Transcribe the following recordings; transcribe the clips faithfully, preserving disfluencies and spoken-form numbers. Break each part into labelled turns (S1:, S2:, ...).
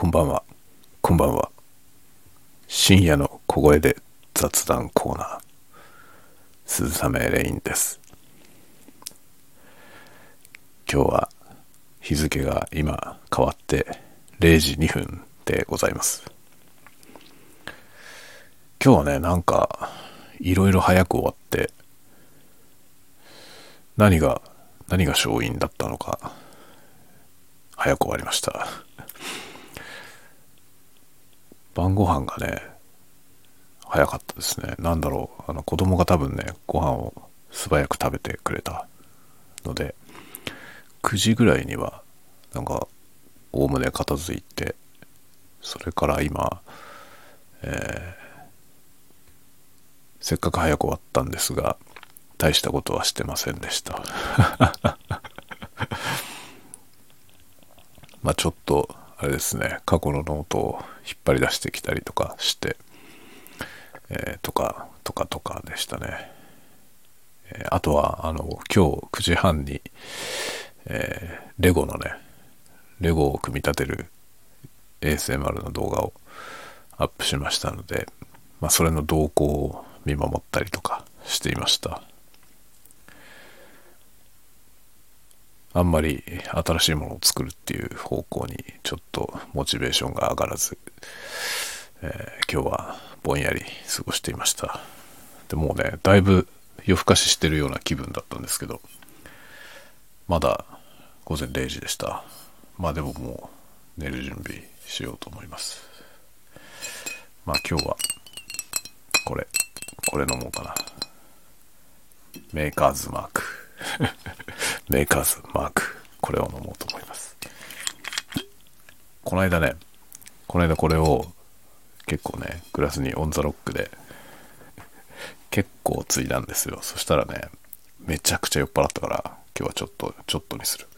S1: こんばんは。こんばんは。深夜の小声で雑談コーナー、鈴雨レインです。今日は日付が今変わってれいじにふんでございます。今日はね、なんかいろいろ早く終わって、何が何が勝因だったのか早く終わりました。晩ご飯がね早かったですね。なんだろう、あの子供が多分ねご飯を素早く食べてくれたので、くじぐらいにはなんかおおむね片付いて、それから今、えーせっかく早く終わったんですが大したことはしてませんでした。まあちょっとあれですね、過去のノートを引っ張り出してきたりとかして、えー、とかとかとかでしたね。えー、あとはあの今日くじはんに、えー、レゴのねレゴを組み立てる エーエスエムアール の動画をアップしましたので、まあ、それの動向を見守ったりとかしていました。あんまり新しいものを作るっていう方向にちょっとモチベーションが上がらず、えー、今日はぼんやり過ごしていました。でもうね、だいぶ夜更かししてるような気分だったんですけど、まだごぜんれいじでした。まあでももう寝る準備しようと思います。まあ今日はこれこれ飲もうかな。メーカーズマークメーカーズマーク、これを飲もうと思います。この間ねこの間これを結構ねグラスにオンザロックで結構ついだんですよ。そしたらね、めちゃくちゃ酔っ払ったから、今日はちょっとちょっとにする。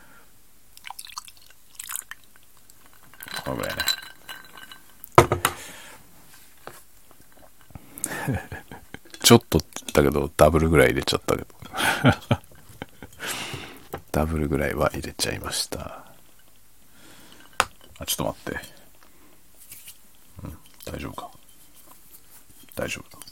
S1: このぐらいね。ちょっとだけどダブルぐらい入れちゃったけどダブルぐらいは入れちゃいました。あ、ちょっと待って、うん、大丈夫か大丈夫。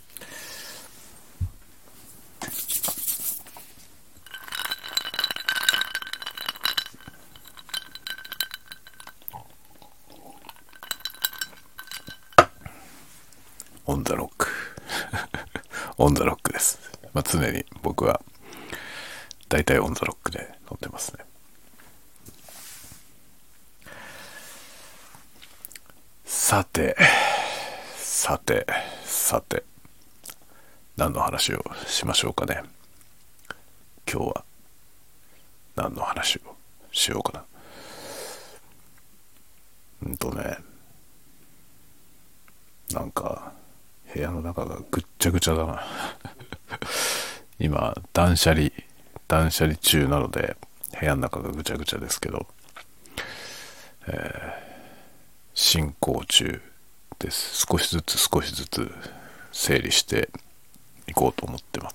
S1: オンザロックオンザロックです。まあ、常に僕はだいたいオンザロックで乗ってますね。さてさてさて何の話をしましょうかね。今日は何の話をしようかな。うんとねなんか部屋の中がぐっちゃぐちゃだな今断捨離断捨離中なので部屋の中がぐちゃぐちゃですけど、えー、進行中です。少しずつ少しずつ整理していこうと思ってます。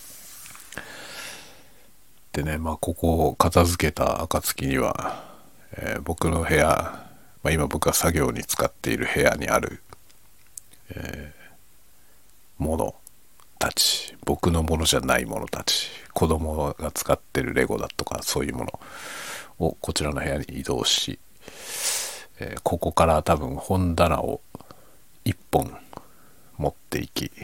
S1: でね、まあここを片付けた暁には、えー、僕の部屋、まあ、今僕が作業に使っている部屋にある、えー、ものたち、僕のものじゃないものたち、子供が使ってるレゴだとかそういうものをこちらの部屋に移動し、えー、ここから多分本棚をいっぽん持っていき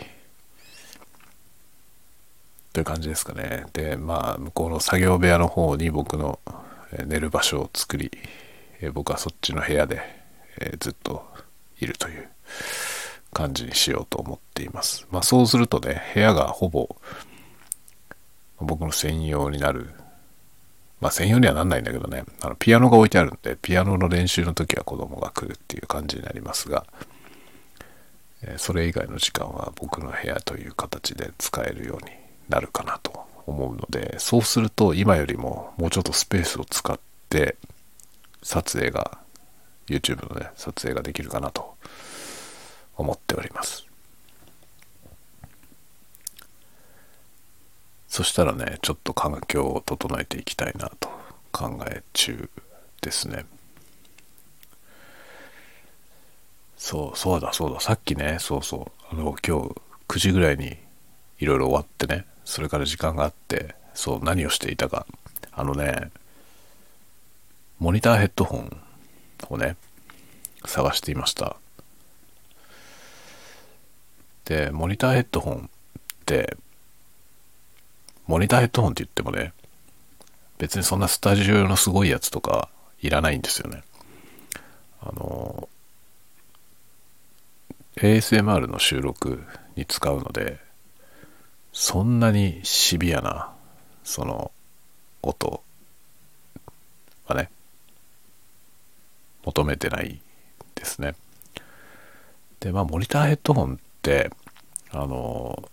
S1: という感じですかね。で、まあ向こうの作業部屋の方に僕の寝る場所を作り、えー、僕はそっちの部屋で、えー、ずっといるという感じにしようと思っています。まあそうするとね、部屋がほぼ僕の専用になる。まあ専用にはなんないんだけどね、あのピアノが置いてあるんで、ピアノの練習の時は子供が来るっていう感じになりますが、それ以外の時間は僕の部屋という形で使えるようになるかなと思うので、そうすると今よりももうちょっとスペースを使って撮影が YouTube のね撮影ができるかなと思っております。そしたらね、ちょっと環境を整えていきたいなと考え中ですね。 そうそうだそうだ、さっきね、そうそう、あの今日くじぐらいにいろいろ終わってね、それから時間があって、そう何をしていたか、あのね、モニターヘッドホンをね探していました。でモニターヘッドホンってモニターヘッドホンって言ってもね、別にそんなスタジオ用のすごいやつとかいらないんですよね。あの エーエスエムアール の収録に使うので、そんなにシビアなその音はね求めてないですね。でまあモニターヘッドホンってあの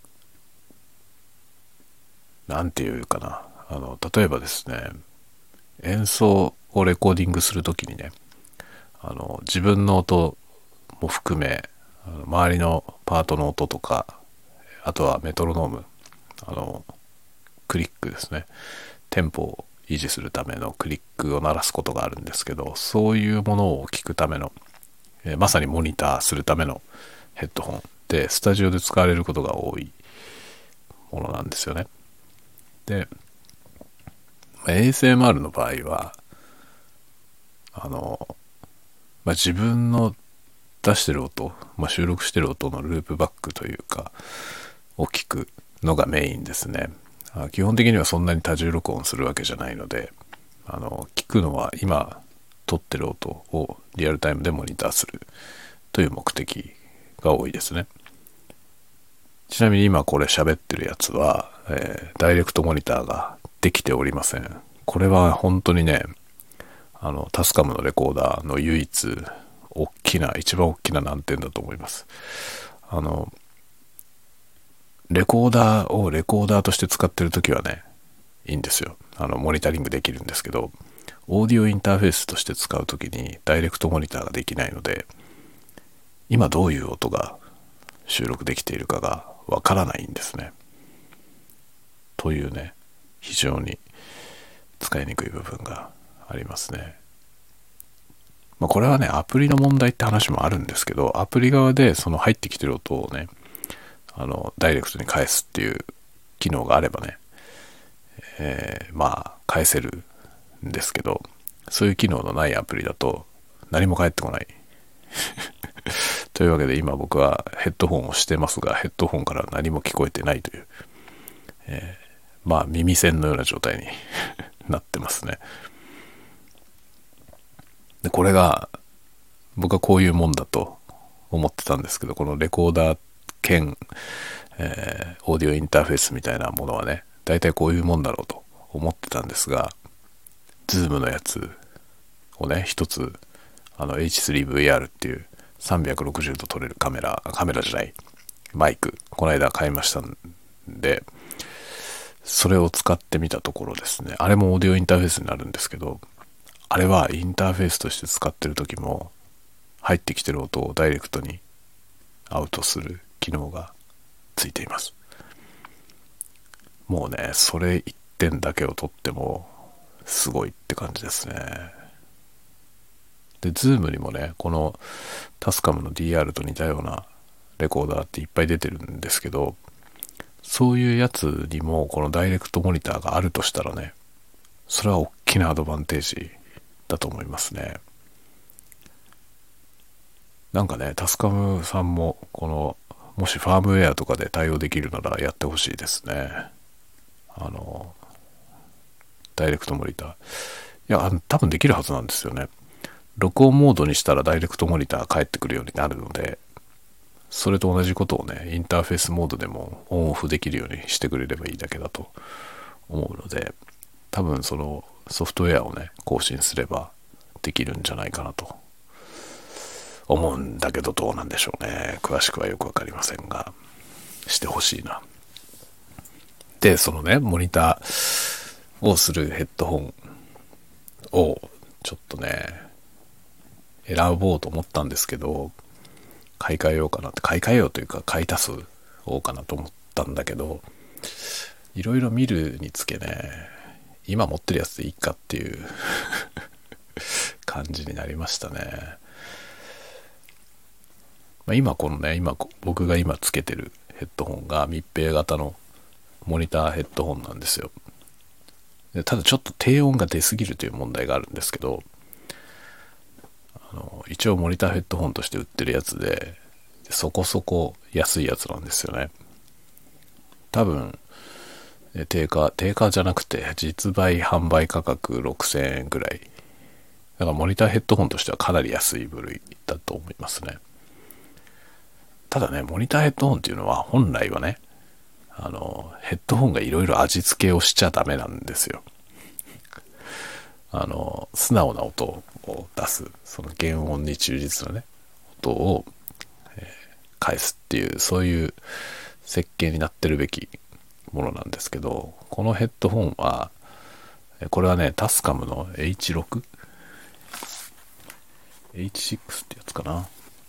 S1: なんていうかな、あの例えばですね、演奏をレコーディングするときにね、あの自分の音も含め、あの周りのパートの音とか、あとはメトロノーム、あのクリックですね、テンポを維持するためのクリックを鳴らすことがあるんですけど、そういうものを聞くための、えーまさにモニターするためのヘッドホンで、スタジオで使われることが多いものなんですよね。で エーエスエムアール の場合はあの、まあ、自分の出してる音、まあ、収録してる音のループバックというかを聞くのがメインですね。基本的にはそんなに多重録音するわけじゃないので、あの聞くのは今撮ってる音をリアルタイムでモニターするという目的が多いですね。ちなみに今これ喋ってるやつは、えーダイレクトモニターができておりません。これは本当にね、あのタスカムのレコーダーの唯一大きな一番大きな難点だと思います。あのレコーダーをレコーダーとして使ってるときはねいいんですよ。あのモニタリングできるんですけど、オーディオインターフェースとして使うときにダイレクトモニターができないので、今どういう音が収録できているかがわからないんですね。というね、非常に使いにくい部分がありますね。まあ、これはねアプリの問題って話もあるんですけど、アプリ側でその入ってきてる音をね、あのダイレクトに返すっていう機能があればね、えー、まあ返せるんですけど、そういう機能のないアプリだと何も返ってこないというわけで、今僕はヘッドホンをしてますが、ヘッドホンから何も聞こえてないという、えー、まあ耳栓のような状態になってますね。でこれが僕はこういうもんだと思ってたんですけど、このレコーダー兼、えー、オーディオインターフェースみたいなものはね、だいたいこういうもんだろうと思ってたんですが、ズームのやつをね一つ、あの エイチスリーブイアール っていうさんびゃくろくじゅうど撮れるカメラカメラじゃないマイク、この間買いましたんで、それを使ってみたところですね、あれもオーディオインターフェースになるんですけど、あれはインターフェースとして使ってる時も入ってきてる音をダイレクトにアウトする機能がついています。もうねそれ一点だけを取ってもすごいって感じですね。でズームにもね、このタスカムの ディーアール と似たようなレコーダーっていっぱい出てるんですけど、そういうやつにもこのダイレクトモニターがあるとしたらね、それは大きなアドバンテージだと思いますね。なんかねタスカムさんもこのもしファームウェアとかで対応できるならやってほしいですね。あのダイレクトモニター、いやあの多分できるはずなんですよね。録音モードにしたらダイレクトモニター返ってくるようになるので、それと同じことをねインターフェースモードでもオンオフできるようにしてくれればいいだけだと思うので、多分そのソフトウェアをね更新すればできるんじゃないかなと思うんだけど、どうなんでしょうね。詳しくはよくわかりませんが、してほしいな。でそのねモニターをするヘッドホンをちょっとね選ぼうと思ったんですけど、買い替えようかなって、買い替えようというか買い足すおうかなと思ったんだけど、いろいろ見るにつけね、今持ってるやつでいいかっていう感じになりましたね。 まあ、今このね、今僕が今つけてるヘッドホンが密閉型のモニターヘッドホンなんですよ。でただちょっと低音が出すぎるという問題があるんですけど、あの一応モニターヘッドホンとして売ってるやつで、そこそこ安いやつなんですよね。多分定価定価じゃなくて実売販売価格ろくせんえんぐらいだから、モニターヘッドホンとしてはかなり安い部類だと思いますね。ただね、モニターヘッドホンっていうのは本来はね、あのヘッドホンがいろいろ味付けをしちゃダメなんですよ。あの素直な音を出す、その原音に忠実なね音を、えー返すっていう、そういう設計になってるべきものなんですけど、このヘッドホンはこれはね、タスカムの エイチシックス エイチシックス ってやつかな。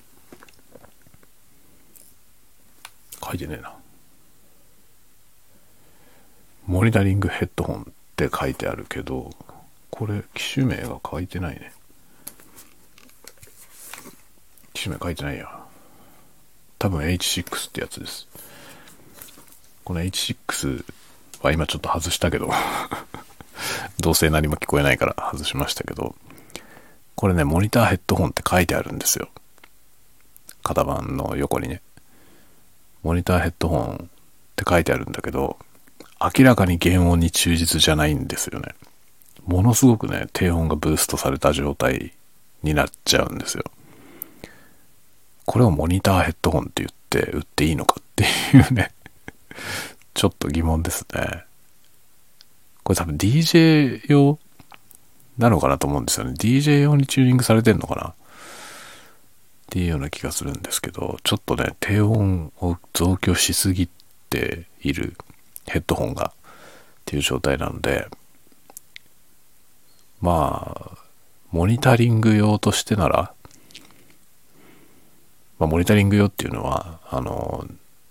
S1: 書いてねえな。モニタリングヘッドホンって書いてあるけど、これ機種名が書いてないね。機種名書いてないや。多分 エイチシックス ってやつです。この エイチシックス は今ちょっと外したけどどうせ何も聞こえないから外しましたけど、これね、モニターヘッドホンって書いてあるんですよ。型番の横にね、モニターヘッドホンって書いてあるんだけど、明らかに原音に忠実じゃないんですよね。ものすごくね、低音がブーストされた状態になっちゃうんですよ。これをモニターヘッドホンって言って売っていいのかっていうねちょっと疑問ですね。これ多分 ディージェー 用なのかなと思うんですよね。 ディージェー 用にチューニングされてんのかなっていうような気がするんですけど、ちょっとね、低音を増強しすぎているヘッドホンがっていう状態なので、まあモニタリング用としてなら、まあ、モニタリング用っていうのはあの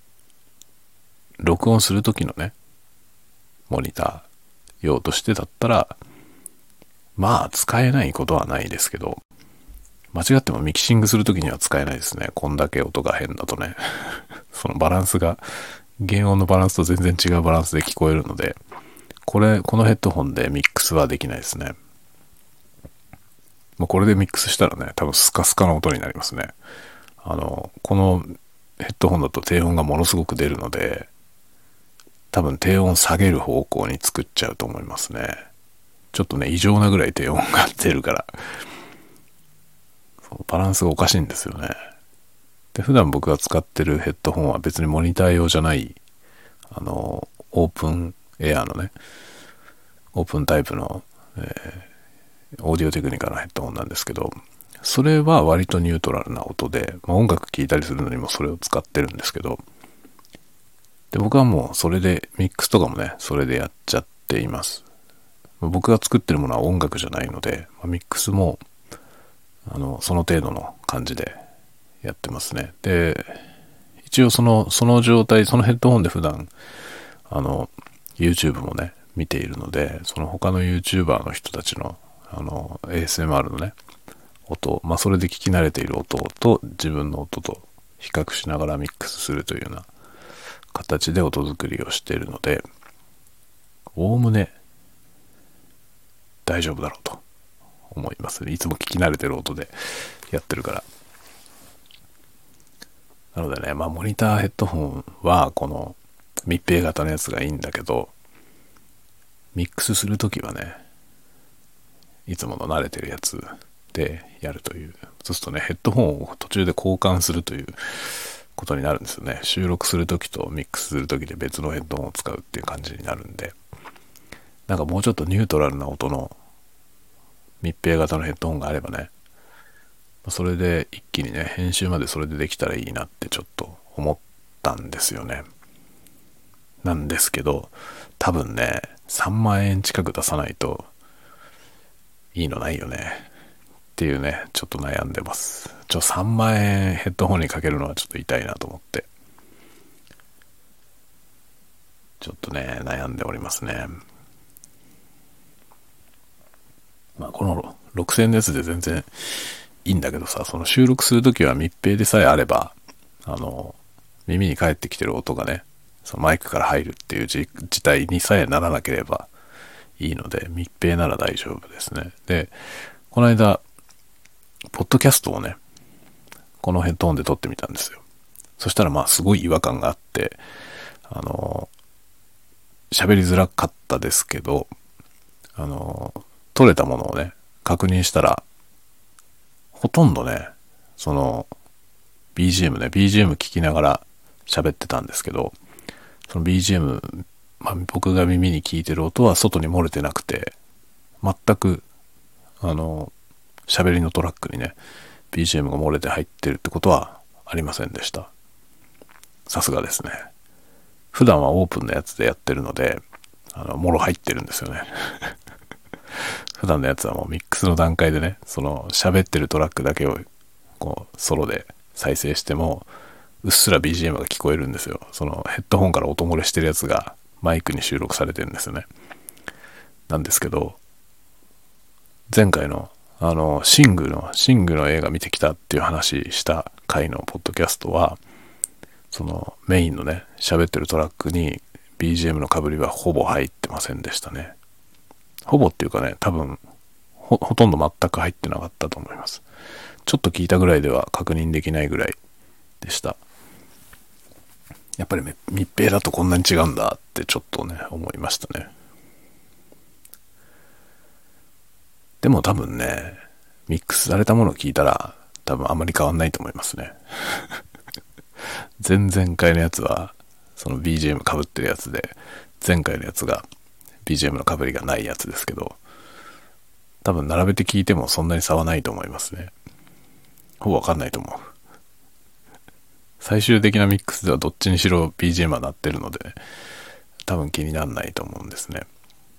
S1: 録音する時のねモニター用としてだったらまあ使えないことはないですけど、間違ってもミキシングする時には使えないですね。こんだけ音が変だとねそのバランスが、原音のバランスと全然違うバランスで聞こえるので、これこのヘッドホンでミックスはできないですね。もうこれでミックスしたらね、多分スカスカな音になりますね。あのこのヘッドホンだと低音がものすごく出るので、多分低音下げる方向に作っちゃうと思いますね。ちょっとね、異常なぐらい低音が出るから、そうバランスがおかしいんですよね。で、普段僕が使ってるヘッドホンは別にモニター用じゃない、あのオープンエアのね、オープンタイプの、えー、オーディオテクニカのヘッドホンなんですけど、それは割とニュートラルな音で、まあ、音楽聴いたりするのにもそれを使ってるんですけど、で僕はもうそれでミックスとかもね、それでやっちゃっています。僕が作ってるものは音楽じゃないので、まあ、ミックスもあのその程度の感じでやってますね。で、一応そのその状態、そのヘッドホンで普段あの YouTube もね見ているので、その他の YouTuber の人たちのあの エーエスエムアール のね音、まあそれで聞き慣れている音と自分の音と比較しながらミックスするというような形で音作りをしているので、おおむね大丈夫だろうと思いますね。いつも聞き慣れてる音でやってるから。なのでね、まあモニターヘッドホンはこの密閉型のやつがいいんだけど、ミックスするときはね、いつもの慣れてるやつでやるという。そうするとね、ヘッドホンを途中で交換するということになるんですよね。収録するときとミックスするときで別のヘッドホンを使うっていう感じになるんで、なんかもうちょっとニュートラルな音の密閉型のヘッドホンがあればね、それで一気にね、編集までそれでできたらいいなってちょっと思ったんですよね。なんですけど、多分ね、さんまんえん近く出さないといいのないよねっていうね、ちょっと悩んでます。ちょさんまんえんヘッドホンにかけるのはちょっと痛いなと思って、ちょっとね悩んでおりますね。まあこのろくせんえんのやつで全然いいんだけどさ、その収録するときは密閉でさえあればあの耳に返ってきてる音がね、そのマイクから入るっていう事態にさえならなければいいので、密閉なら大丈夫ですね。で、この間ポッドキャストをね、このヘッドホンで撮ってみたんですよ。そしたらまあすごい違和感があって、あの喋りづらかったですけど、あの撮れたものをね確認したら、ほとんどね、その ビージーエム ね ビージーエム 聞きながら喋ってたんですけど、その ビージーエム、まあ、僕が耳に聞いてる音は外に漏れてなくて、全くあの喋りのトラックにね ビージーエム が漏れて入ってるってことはありませんでした。さすがですね。普段はオープンなやつでやってるので、あのもろ入ってるんですよね。普段のやつはもうミックスの段階でね、その喋ってるトラックだけをこうソロで再生してもうっすら ビージーエム が聞こえるんですよ。そのヘッドホンから音漏れしてるやつがマイクに収録されてるんですよね。なんですけど、前回のあのシングのシングの映画見てきたっていう話した回のポッドキャストは、そのメインのね喋ってるトラックに ビージーエム の被りはほぼ入ってませんでしたね。ほぼっていうかね、多分 ほ, ほとんど全く入ってなかったと思います。ちょっと聞いたぐらいでは確認できないぐらいでした。やっぱり密閉だとこんなに違うんだってちょっとね思いましたね。でも多分ね、ミックスされたものを聞いたら多分あまり変わんないと思いますね。前々回のやつはその ビージーエム 被ってるやつで、前回のやつが ビージーエム の被りがないやつですけど、多分並べて聞いてもそんなに差はないと思いますね。ほぼわかんないと思う。最終的なミックスではどっちにしろ ビージーエム は鳴ってるので、多分気にならないと思うんですね。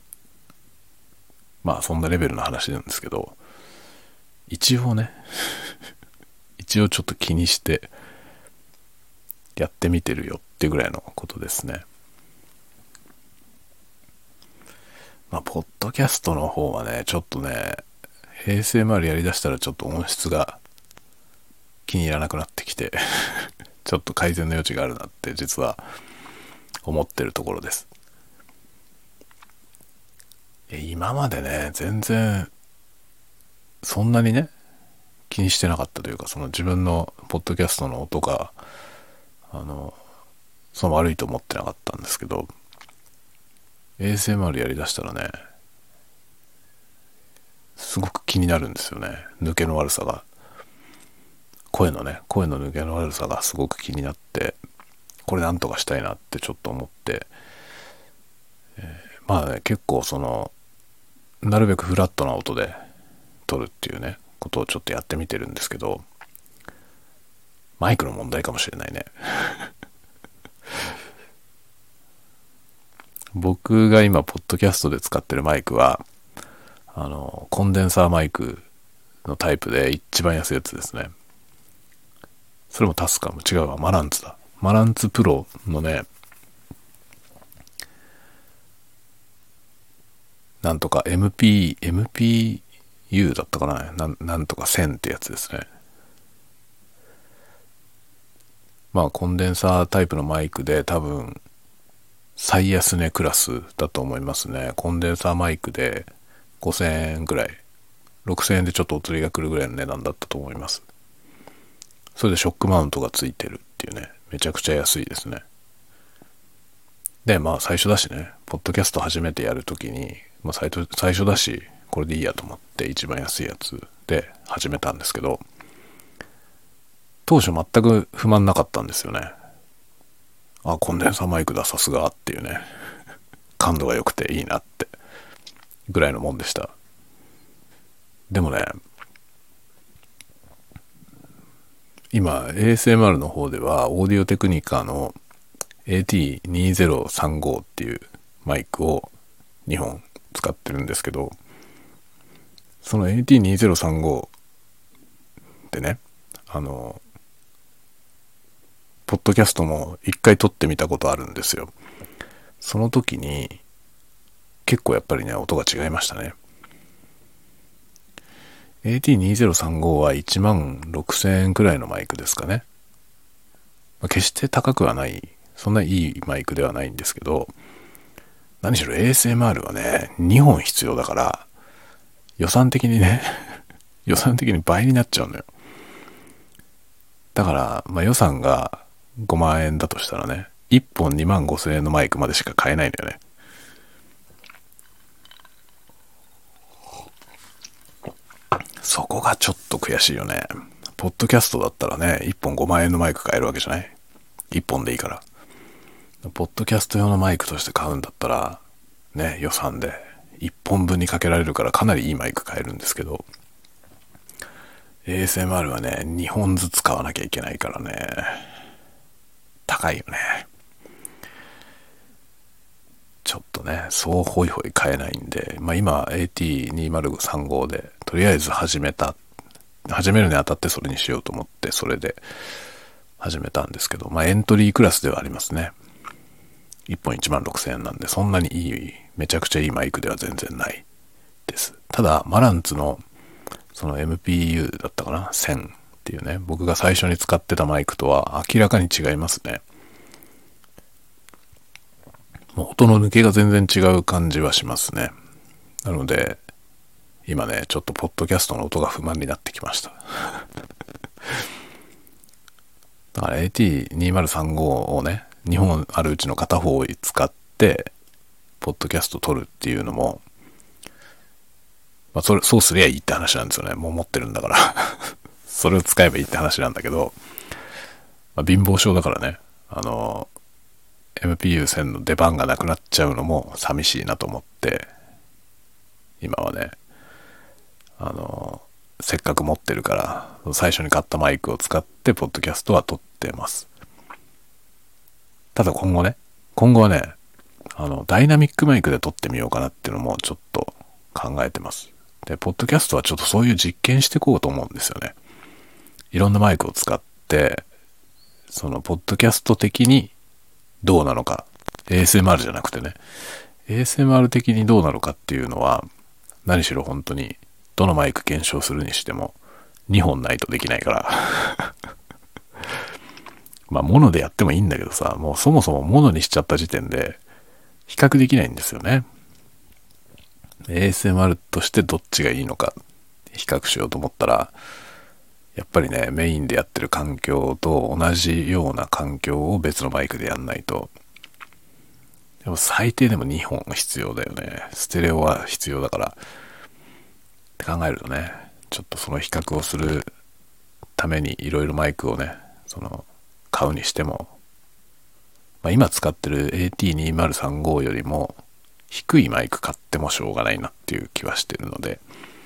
S1: まあそんなレベルの話なんですけど、一応ね一応ちょっと気にしてやってみてるよってぐらいのことですね。まあポッドキャストの方はね、ちょっとね エーエスエムアール やりだしたらちょっと音質が気に入らなくなってきてちょっと改善の余地があるなって実は思ってるところです。今までね全然そんなにね気にしてなかったというか、その自分のポッドキャストの音があのその悪いと思ってなかったんですけど、 エーエスエムアール やりだしたらねすごく気になるんですよね。抜けの悪さが、声のね声の抜けの悪さがすごく気になって、これなんとかしたいなってちょっと思って、えー、まあね結構そのなるべくフラットな音で撮るっていうねことをちょっとやってみてるんですけど、マイクの問題かもしれないね僕が今ポッドキャストで使ってるマイクはあのコンデンサーマイクのタイプで一番安いやつですね。それもタスカも違うわ、マランツだ。マランツプロのねなんとか エムピー エムピーユー だったかな、な ん, なんとかせんってやつですね。まあコンデンサータイプのマイクで多分最安値クラスだと思いますね。コンデンサーマイクでごせんえんぐらい、ろくせんえんでちょっとお釣りが来るぐらいの値段だったと思います。それでショックマウントがついてるっていうね、めちゃくちゃ安いですね。でまあ最初だしね、ポッドキャスト初めてやるときに、まあ、最初最初だしこれでいいやと思って一番安いやつで始めたんですけど、当初全く不満なかったんですよね。あ、コンデンサーマイクださすがっていうね、感度が良くていいなってぐらいのもんでした。でもね今 エーエスエムアール の方ではオーディオテクニカの エーティーにせんさんじゅうご っていうマイクをにほん使ってるんですけど、その エーティーにせんさんじゅうご でね、あのポッドキャストも一回撮ってみたことあるんですよ。その時に結構やっぱりね音が違いましたね。 エーティーにせんさんじゅうご はいちまんろくせんえんくらいのマイクですかね。 まあ、決して高くはない、そんないいマイクではないんですけど、何しろ エーエスエムアール はね、にほん必要だから、予算的にね、予算的に倍になっちゃうのよ。だから、まあ、予算がごまん円だとしたらね、いっぽんにまんごせん円のマイクまでしか買えないのよね。そこがちょっと悔しいよね。ポッドキャストだったらね、いっぽんごまん円のマイク買えるわけじゃない？ いっ 本でいいから。ポッドキャスト用のマイクとして買うんだったら、ね、予算でいっぽんぶんにかけられるからかなりいいマイク買えるんですけど、エーエスエムアール はね、にほんずつ買わなきゃいけないからね、高いよね。ちょっとね、そうホイホイ買えないんで、まあ今 エーティーにせんさんじゅうご でとりあえず始めた、始めるにあたってそれにしようと思ってそれで始めたんですけど、まあエントリークラスではありますね。いっぽんいちまんろくせん円なんで、そんなにいい、めちゃくちゃいいマイクでは全然ないです。ただマランツのその エムピーユー だったかな、せんっていうね、僕が最初に使ってたマイクとは明らかに違いますね。もう音の抜けが全然違う感じはしますね。なので今ね、ちょっとポッドキャストの音が不満になってきました。だから エーティーにせんさんじゅうご をね、にほんあるうちの片方を使ってポッドキャスト撮るっていうのも、まあそれそうすりゃいいって話なんですよね。もう持ってるんだからそれを使えばいいって話なんだけど、まあ、貧乏症だからね、あの エムピーユーせん の出番がなくなっちゃうのも寂しいなと思って、今はね、あのせっかく持ってるから最初に買ったマイクを使ってポッドキャストは撮ってます。ただ今後ね、今後はね、あのダイナミックマイクで撮ってみようかなっていうのもちょっと考えてます。で、ポッドキャストはちょっとそういう実験していこうと思うんですよね。いろんなマイクを使って、そのポッドキャスト的にどうなのか、 エーエスエムアール じゃなくてね、 エーエスエムアール 的にどうなのかっていうのは、何しろ本当にどのマイク検証するにしてもにほんないとできないからまあモノでやってもいいんだけどさ、もうそもそもモノにしちゃった時点で比較できないんですよね。 エーエスエムアール としてどっちがいいのか比較しようと思ったら、やっぱりね、メインでやってる環境と同じような環境を別のマイクでやんないと、でも最低でもにほん必要だよね。ステレオは必要だからって考えるとね、ちょっとその比較をするためにいろいろマイクをね、その買うにしても、まあ、今使ってる エーティーにせんさんじゅうご よりも低いマイク買ってもしょうがないなっていう気はしてるので、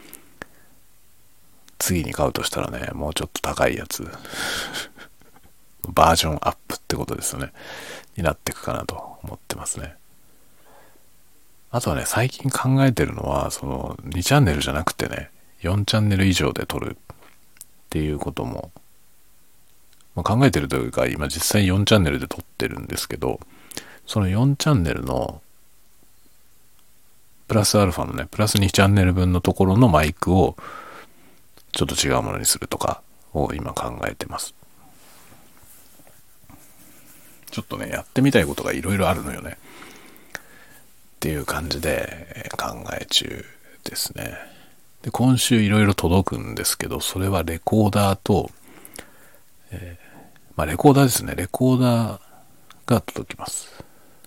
S1: 次に買うとしたらね、もうちょっと高いやつバージョンアップってことですよね、になっていくかなと思ってますね。あとはね、最近考えてるのは、そのにチャンネルじゃなくてね、よんチャンネル以上で撮るっていうことも、まあ、考えてるというか、今実際よんチャンネルで撮ってるんですけど、そのよんチャンネルのプラスアルファのね、プラスにチャンネル分のところのマイクをちょっと違うものにするとかを今考えてます。ちょっとね、やってみたいことがいろいろあるのよねっていう感じで考え中ですね。で、今週いろいろ届くんですけど、それはレコーダーと、えー、まあレコーダーですね。レコーダーが届きます。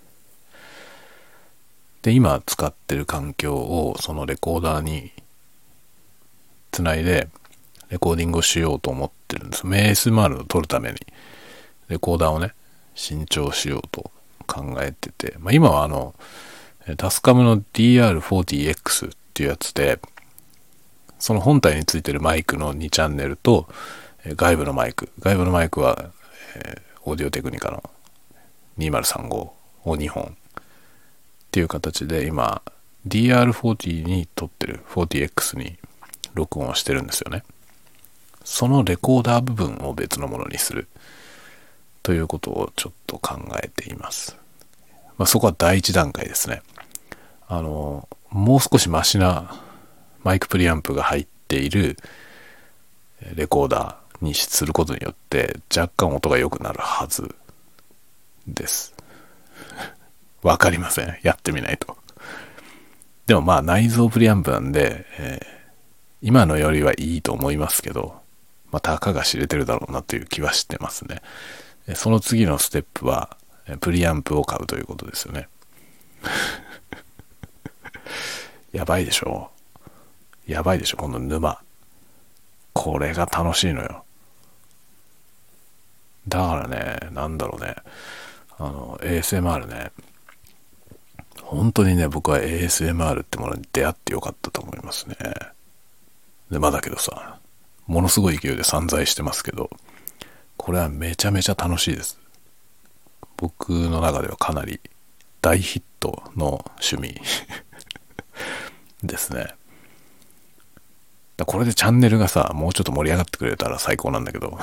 S1: で、今使ってる環境をそのレコーダーにつないでレコーディングをしようと思ってるんです。エーエスエムアール を撮るためにレコーダーをね、新調しようと考えてて、まあ、今はあのタスカムの ディーアールフォーティーエックス っていうやつで、その本体についてるマイクのにチャンネルと外部のマイク、外部のマイクは、えー、オーディオテクニカのにせんさんじゅうごをにほんっていう形で今 ディーアールフォーティー に撮ってる フォーティーエックス に録音をしてるんですよね。そのレコーダー部分を別のものにするということをちょっと考えています。まあ、そこは第一段階ですね。あのもう少しマシなマイクプリアンプが入っているレコーダにすることによって若干音が良くなるはずです。わかりません。やってみないと。でもまあ内蔵プリアンプなんで、えー今のよりはいいと思いますけど、まあたかが知れてるだろうなという気はしてますね。その次のステップはプリアンプを買うということですよね。やばいでしょ。やばいでしょ、この沼。これが楽しいのよ。だからね、なんだろうね。あの、エーエスエムアール ね。本当にね、僕は エーエスエムアール ってものに出会ってよかったと思いますね。で、まあだけどさ、ものすごい勢いで散財してますけど、これはめちゃめちゃ楽しいです。僕の中ではかなり大ヒットの趣味ですね。これでチャンネルがさ、もうちょっと盛り上がってくれたら最高なんだけど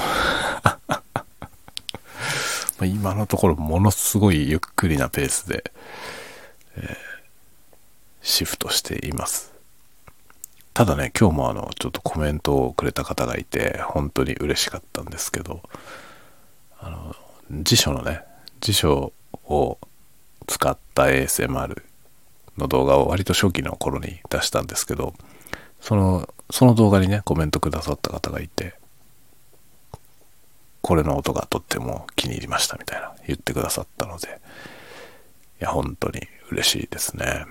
S1: 今のところものすごいゆっくりなペースで、えー、シフトしています。ただね、今日もあのちょっとコメントをくれた方がいて本当に嬉しかったんですけど、あの辞書のね辞書を使った エーエスエムアール の動画を割と初期の頃に出したんですけど、そのその動画にねコメントくださった方がいて、これの音がとっても気に入りましたみたいな言ってくださったので、いや本当に嬉しいですね。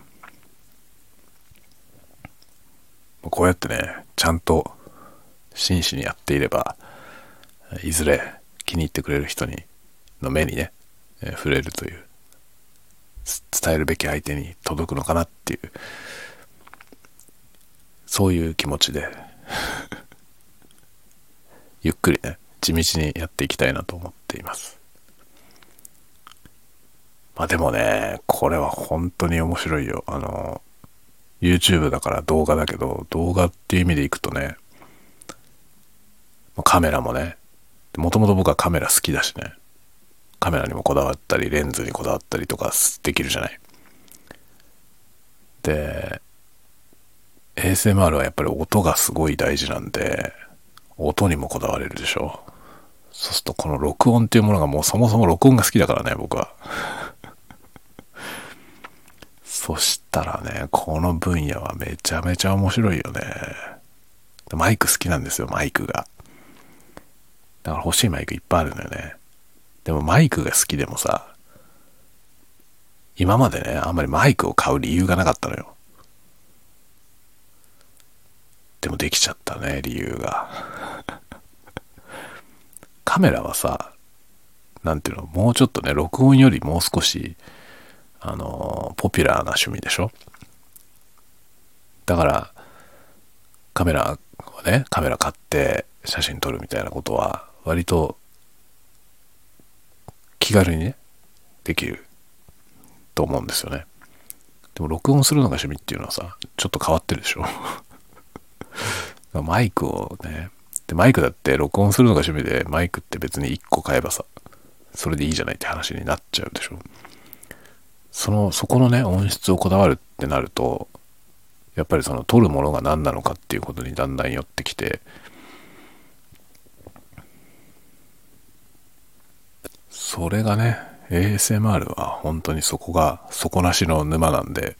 S1: こうやってねちゃんと真摯にやっていれば、いずれ気に入ってくれる人にの目にね、えー、触れるという、伝えるべき相手に届くのかなっていう、そういう気持ちでゆっくりね地道にやっていきたいなと思っています。まあでもね、これは本当に面白いよ。あの YouTube だから動画だけど、動画っていう意味でいくとね、カメラもね、もともと僕はカメラ好きだしね、カメラにもこだわったりレンズにこだわったりとかできるじゃない。で エーエスエムアール はやっぱり音がすごい大事なんで、音にもこだわれるでしょ。そうするとこの録音っていうものが、もうそもそも録音が好きだからね僕はそしたらね、この分野はめちゃめちゃ面白いよね。マイク好きなんですよ、マイクが。だから欲しいマイクいっぱいあるのよね。でもマイクが好きでもさ、今までねあんまりマイクを買う理由がなかったのよ。でもできちゃったね、理由がカメラはさ、なんていうの、もうちょっとね、録音よりもう少しあのポピュラーな趣味でしょ。だからカメラをね、カメラ買って写真撮るみたいなことは割と気軽にねできると思うんですよね。でも録音するのが趣味っていうのはさ、ちょっと変わってるでしょマイクをね、でマイクだって録音するのが趣味で、マイクって別にいっこ買えばさそれでいいじゃないって話になっちゃうでしょ。そのそこのね音質をこだわるってなると、やっぱりその撮るものが何なのかっていうことにだんだん寄ってきて、それがね エーエスエムアール は本当にそこが底なしの沼なんで、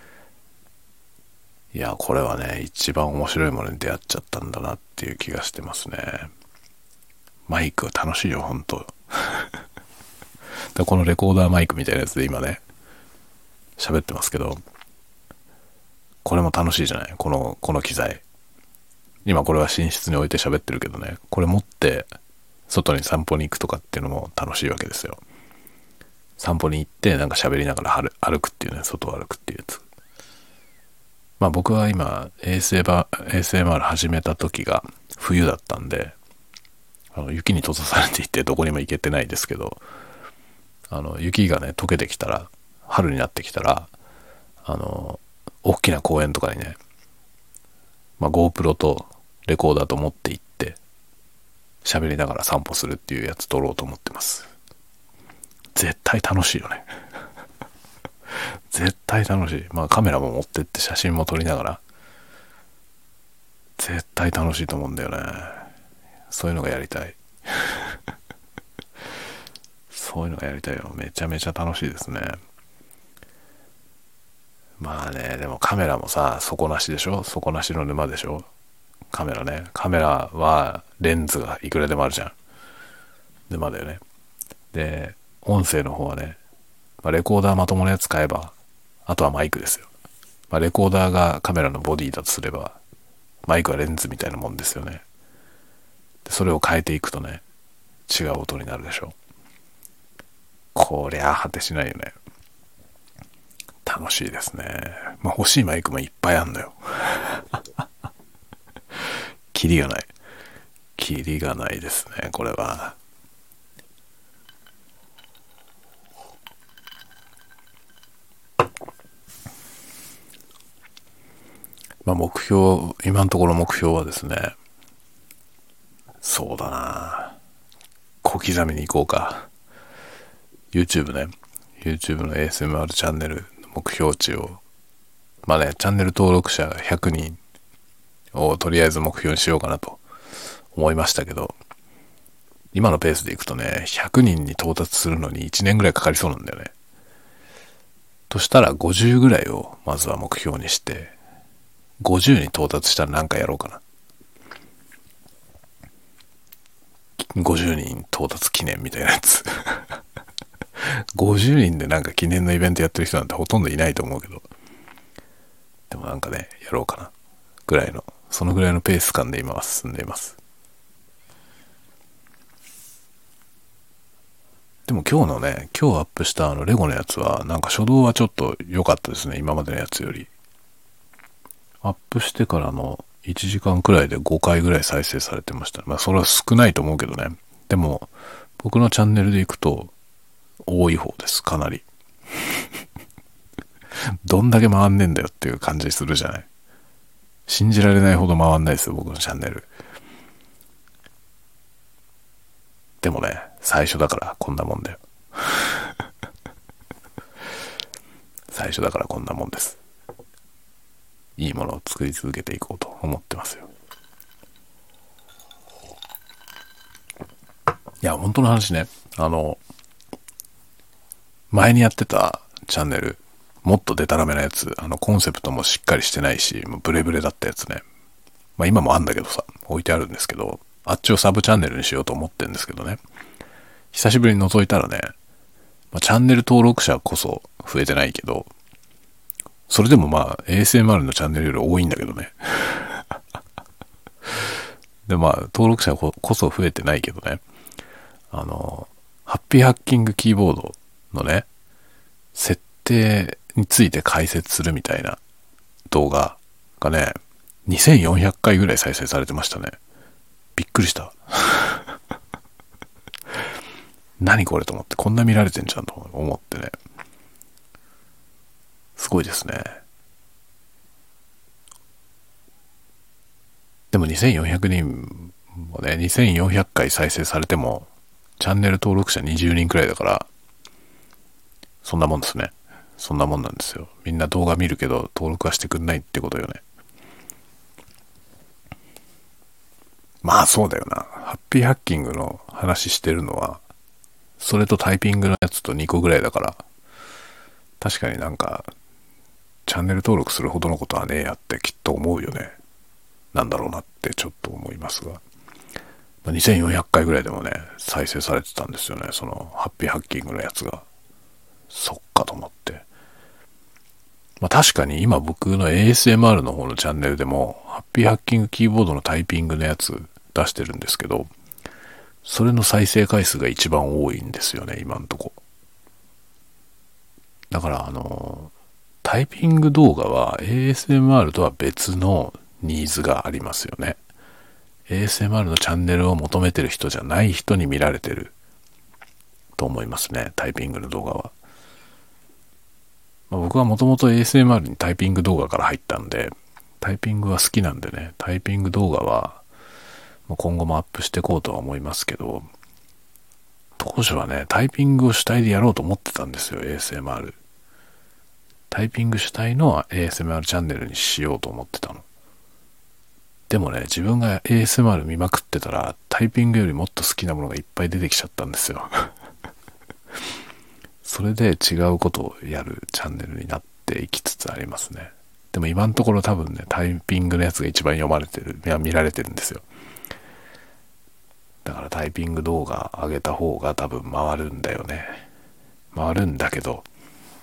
S1: いやこれはね一番面白いものに出会っちゃったんだなっていう気がしてますね。マイクは楽しいよ本当だこのレコーダーマイクみたいなやつで今ね喋ってますけど、これも楽しいじゃない。このこの機材、今これは寝室に置いて喋ってるけどね、これ持って外に散歩に行くとかっていうのも楽しいわけですよ。散歩に行ってなんか喋りながら歩くっていうね、外を歩くっていうやつ。まあ僕は今 エーエスエムアール 始めた時が冬だったんで、あの雪に閉ざされていてどこにも行けてないですけど、あの雪がね溶けてきたら、春になってきたら、あの大きな公園とかにね、まあ、GoPro とレコーダーと持って行って喋りながら散歩するっていうやつ撮ろうと思ってます。絶対楽しいよね絶対楽しい。まあカメラも持ってって写真も撮りながら、絶対楽しいと思うんだよね。 そういうのがやりたい。そういうのがやりたいよ。めちゃめちゃ楽しいですね。まあね、でもカメラもさ、底なしでしょ？底なしの沼でしょ？カメラね。カメラはレンズがいくらでもあるじゃん。沼だよね。で、音声の方はね、まあ、レコーダーまともなやつ買えば、あとはマイクですよ。まあ、レコーダーがカメラのボディだとすれば、マイクはレンズみたいなもんですよね。でそれを変えていくとね、違う音になるでしょ。こりゃ果てしないよね。楽しいですね。まあ、欲しいマイクもいっぱいあんだよ。キリがない。キリがないですね、これは。まあ、目標、今のところ目標はですね、そうだな、小刻みに行こうか。YouTube ね。YouTube の エーエスエムアール チャンネル目標値を、まあね、チャンネル登録者ひゃくにんをとりあえず目標にしようかなと思いましたけど、今のペースでいくとね、ひゃくにんに到達するのにいちねんぐらいかかりそうなんだよね。としたらごじゅうぐらいをまずは目標にして、ごじゅうに到達したら何かやろうかな。ごじゅうにん到達記念みたいなやつ。ごじゅうにんでなんか記念のイベントやってる人なんてほとんどいないと思うけど、でもなんかね、やろうかなぐらいの、そのぐらいのペース感で今は進んでいます。でも今日のね、今日アップしたあのレゴのやつはなんか初動はちょっと良かったですね、今までのやつより。アップしてからのいちじかんくらいでごかいぐらい再生されてました。まあそれは少ないと思うけどね。でも僕のチャンネルでいくと多い方です、かなり。どんだけ回んねえんだよっていう感じするじゃない。信じられないほど回んないですよ、僕のチャンネル。でもね、最初だからこんなもんだよ。最初だからこんなもんです。いいものを作り続けていこうと思ってますよ。いや、本当の話ね。あの、前にやってたチャンネル、もっとデタラメなやつ、あの、コンセプトもしっかりしてないし、もうブレブレだったやつね。まあ今もあんだけどさ、置いてあるんですけど、あっちをサブチャンネルにしようと思ってるんですけどね。久しぶりに覗いたらね、まあ、チャンネル登録者こそ増えてないけど、それでもまあ エーエスエムアール のチャンネルより多いんだけどね。でまあ登録者こそ増えてないけどね、あのハッピーハッキングキーボードのね設定について解説するみたいな動画がねにせんよんひゃっかいぐらい再生されてましたね。びっくりした。何これと思って、こんな見られてんじゃんと思ってね、すごいですね。でもにせんよんひゃくにんもね、にせんよんひゃっかい再生されてもチャンネル登録者にじゅうにんくらいだから、そんなもんですね。そんなもんなんですよ。みんな動画見るけど登録はしてくんないってことよね。まあそうだよな。ハッピーハッキングの話してるのはそれとタイピングのやつとにこぐらいだから、確かになんかチャンネル登録するほどのことはねえやってきっと思うよね。なんだろうなってちょっと思いますが、にせんよんひゃっかいぐらいでもね再生されてたんですよね、そのハッピーハッキングのやつが。そっかと思って、まあ確かに今僕の エーエスエムアール の方のチャンネルでもハッピーハッキングキーボードのタイピングのやつ出してるんですけど、それの再生回数が一番多いんですよね、今んとこ。だからあのタイピング動画は エーエスエムアール とは別のニーズがありますよね。 エーエスエムアール のチャンネルを求めてる人じゃない人に見られてると思いますね、タイピングの動画は。まあ、僕はもともと エーエスエムアール にタイピング動画から入ったんで、タイピングは好きなんでね、タイピング動画は今後もアップしていこうとは思いますけど、当初はねタイピングを主体でやろうと思ってたんですよ、 エーエスエムアール。 タイピング主体の エーエスエムアール チャンネルにしようと思ってたの。でもね、自分が エーエスエムアール 見まくってたらタタイピングよりもっと好きなものがいっぱい出てきちゃったんですよそれで違うことをやるチャンネルになっていきつつありますね。でも今のところ多分ね、タイピングのやつが一番読まれてる、いや見られてるんですよ。だからタイピング動画上げた方が多分回るんだよね。回るんだけど、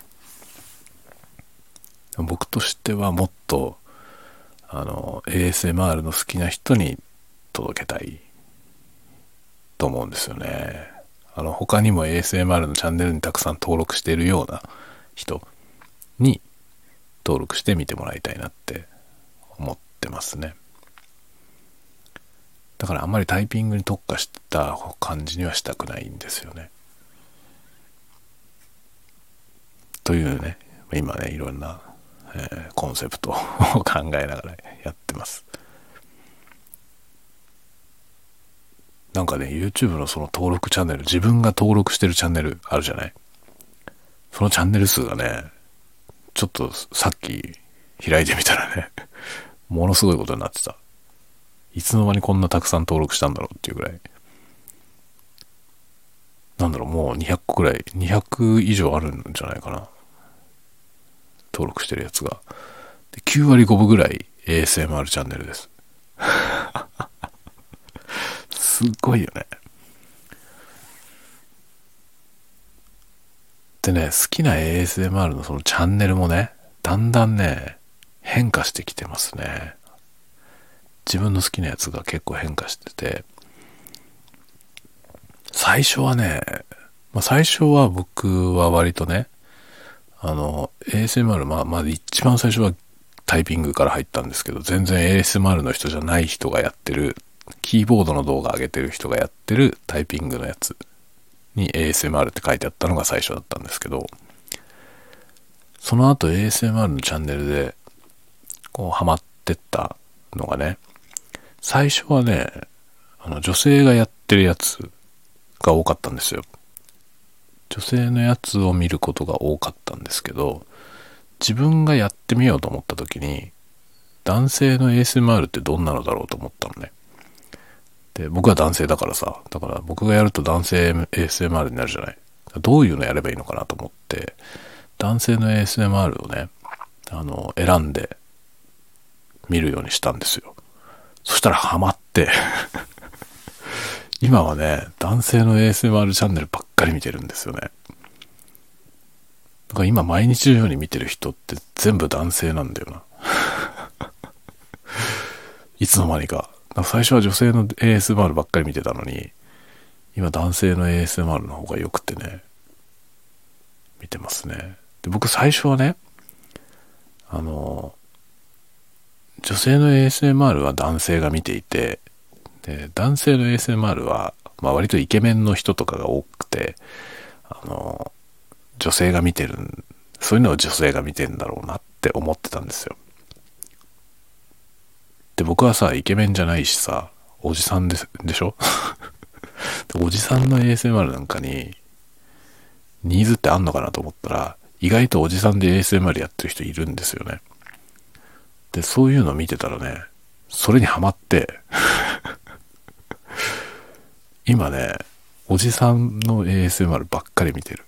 S1: 僕としてはもっとあの エーエスエムアール の好きな人に届けたいと思うんですよね。あの他にも エーエスエムアール のチャンネルにたくさん登録しているような人に登録して見てもらいたいなって思ってますね。だからあんまりタイピングに特化した感じにはしたくないんですよね。というね、今ねいろんな、えー、コンセプトを考えながらやってます。なんかね YouTube のその登録チャンネル、自分が登録してるチャンネルあるじゃない。そのチャンネル数がね、ちょっとさっき開いてみたらねものすごいことになってた。いつの間にこんなたくさん登録したんだろうっていうぐらい、なんだろう、もうにひゃっこくらい、にひゃく以上あるんじゃないかな、登録してるやつが。できゅうわりごぶぐらい エーエスエムアール チャンネルですすっごいよね。でね、好きな エーエスエムアール のそのチャンネルもね、だんだんね変化してきてますね。自分の好きなやつが結構変化してて、最初はね、まあ、最初は僕は割とね、あの エーエスエムアール、まあまあ一番最初はタイピングから入ったんですけど、全然 エーエスエムアール の人じゃない人がやってる、キーボードの動画上げてる人がやってるタイピングのやつに エーエスエムアール って書いてあったのが最初だったんですけど、その後 エーエスエムアール のチャンネルでこうハマってったのがね、最初はね、あの女性がやってるやつが多かったんですよ。女性のやつを見ることが多かったんですけど、自分がやってみようと思った時に、男性の エーエスエムアール ってどんなのだろうと思ったのね。で、僕は男性だからさ、だから僕がやると男性 エーエスエムアール になるじゃない。どういうのやればいいのかなと思って、男性の エーエスエムアール をね、あの、選んで見るようにしたんですよ。そしたらハマって今はね、男性の エーエスエムアール チャンネルばっかり見てるんですよね。だから今毎日のように見てる人って全部男性なんだよないつの間にか。だから最初は女性の エーエスエムアール ばっかり見てたのに、今男性の エーエスエムアール の方が良くてね、見てますね。で、僕最初はね、あの、女性の エーエスエムアール は男性が見ていて、で男性の エーエスエムアール は、まあ、割とイケメンの人とかが多くて、あの女性が見てる、そういうのを女性が見てるんだろうなって思ってたんですよ。で僕はさ、イケメンじゃないしさ、おじさんででしょおじさんの エーエスエムアール なんかにニーズってあんのかなと思ったら、意外とおじさんで エーエスエムアール やってる人いるんですよね。でそういうのを見てたらね、それにハマって今ね、おじさんの エーエスエムアール ばっかり見てる。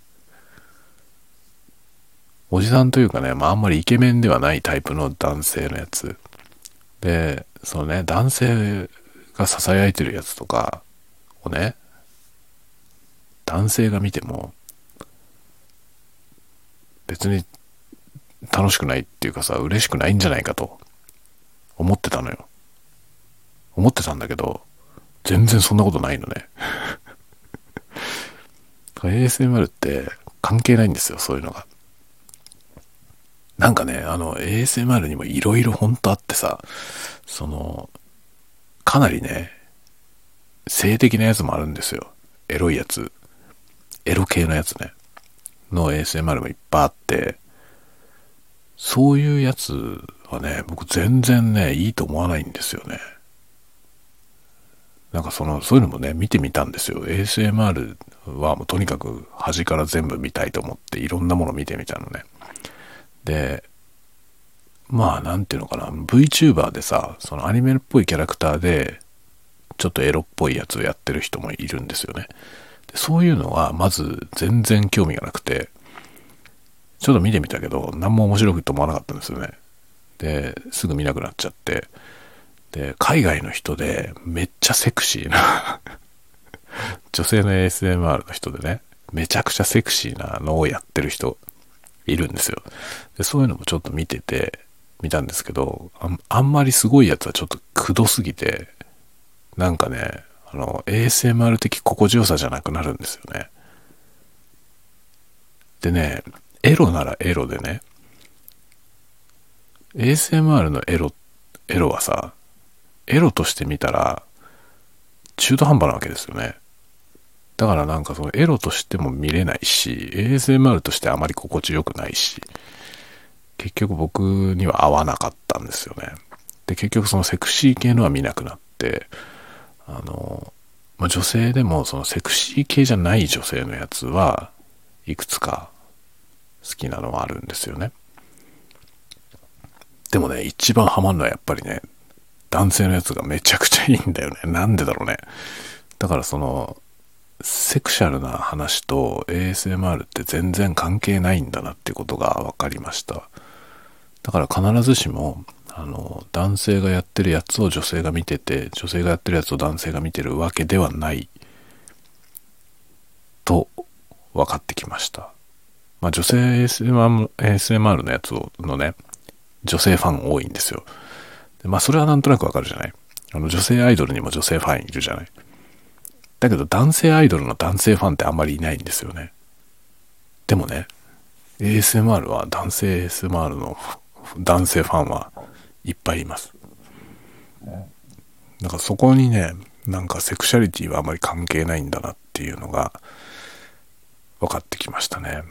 S1: おじさんというかね、まああんまりイケメンではないタイプの男性のやつで、そのね、男性が囁いてるやつとかをね、男性が見ても別に楽しくないっていうかさ、嬉しくないんじゃないかと思ってたのよ。思ってたんだけど、全然そんなことないのねエーエスエムアール って関係ないんですよ、そういうのが。なんかね、あの エーエスエムアール にもいろいろほんとあってさ、そのかなりね、性的なやつもあるんですよ。エロいやつ、エロ系のやつねの エーエスエムアール もいっぱいあって、そういうやつはね、僕全然ねいいと思わないんですよね。なんかそのそういうのもね見てみたんですよ。 エーエスエムアール はもうとにかく端から全部見たいと思っていろんなもの見てみたのね。で、まあなんていうのかな、 VTuber でさ、そのアニメっぽいキャラクターでちょっとエロっぽいやつをやってる人もいるんですよね。でそういうのはまず全然興味がなくて、ちょっと見てみたけど何も面白くと思わなかったんですよね。ですぐ見なくなっちゃって、で海外の人でめっちゃセクシーな女性の エーエスエムアール の人でね、めちゃくちゃセクシーなのをやってる人いるんですよ。でそういうのもちょっと見てて見たんですけど、あ ん, あんまりすごいやつはちょっとくどすぎて、なんかね、あの エーエスエムアール 的心地よさじゃなくなるんですよね。でね、エロならエロでね、エーエスエムアール のエロエロはさ、エロとして見たら中途半端なわけですよね。だからなんかそのエロとしても見れないし、 エーエスエムアール としてあまり心地よくないし、結局僕には合わなかったんですよね。で結局そのセクシー系のは見なくなって、あの、まあ、女性でもそのセクシー系じゃない女性のやつはいくつか好きなのはあるんですよね。でもね、一番ハマるのはやっぱりね、男性のやつがめちゃくちゃいいんだよね。なんでだろうね。だからそのセクシャルな話と エーエスエムアール って全然関係ないんだなっていうことが分かりました。だから必ずしもあの男性がやってるやつを女性が見てて、女性がやってるやつを男性が見てるわけではないと分かってきました。まあ女性 エーエスエムアール, エーエスエムアール のやつのね、女性ファン多いんですよ。でまあそれはなんとなくわかるじゃない。あの女性アイドルにも女性ファンいるじゃない。だけど男性アイドルの男性ファンってあんまりいないんですよね。でもね、エーエスエムアール は男性 エーエスエムアール の男性ファンはいっぱいいます。だからそこにね、なんかセクシャリティはあまり関係ないんだなっていうのが分かってきましたね。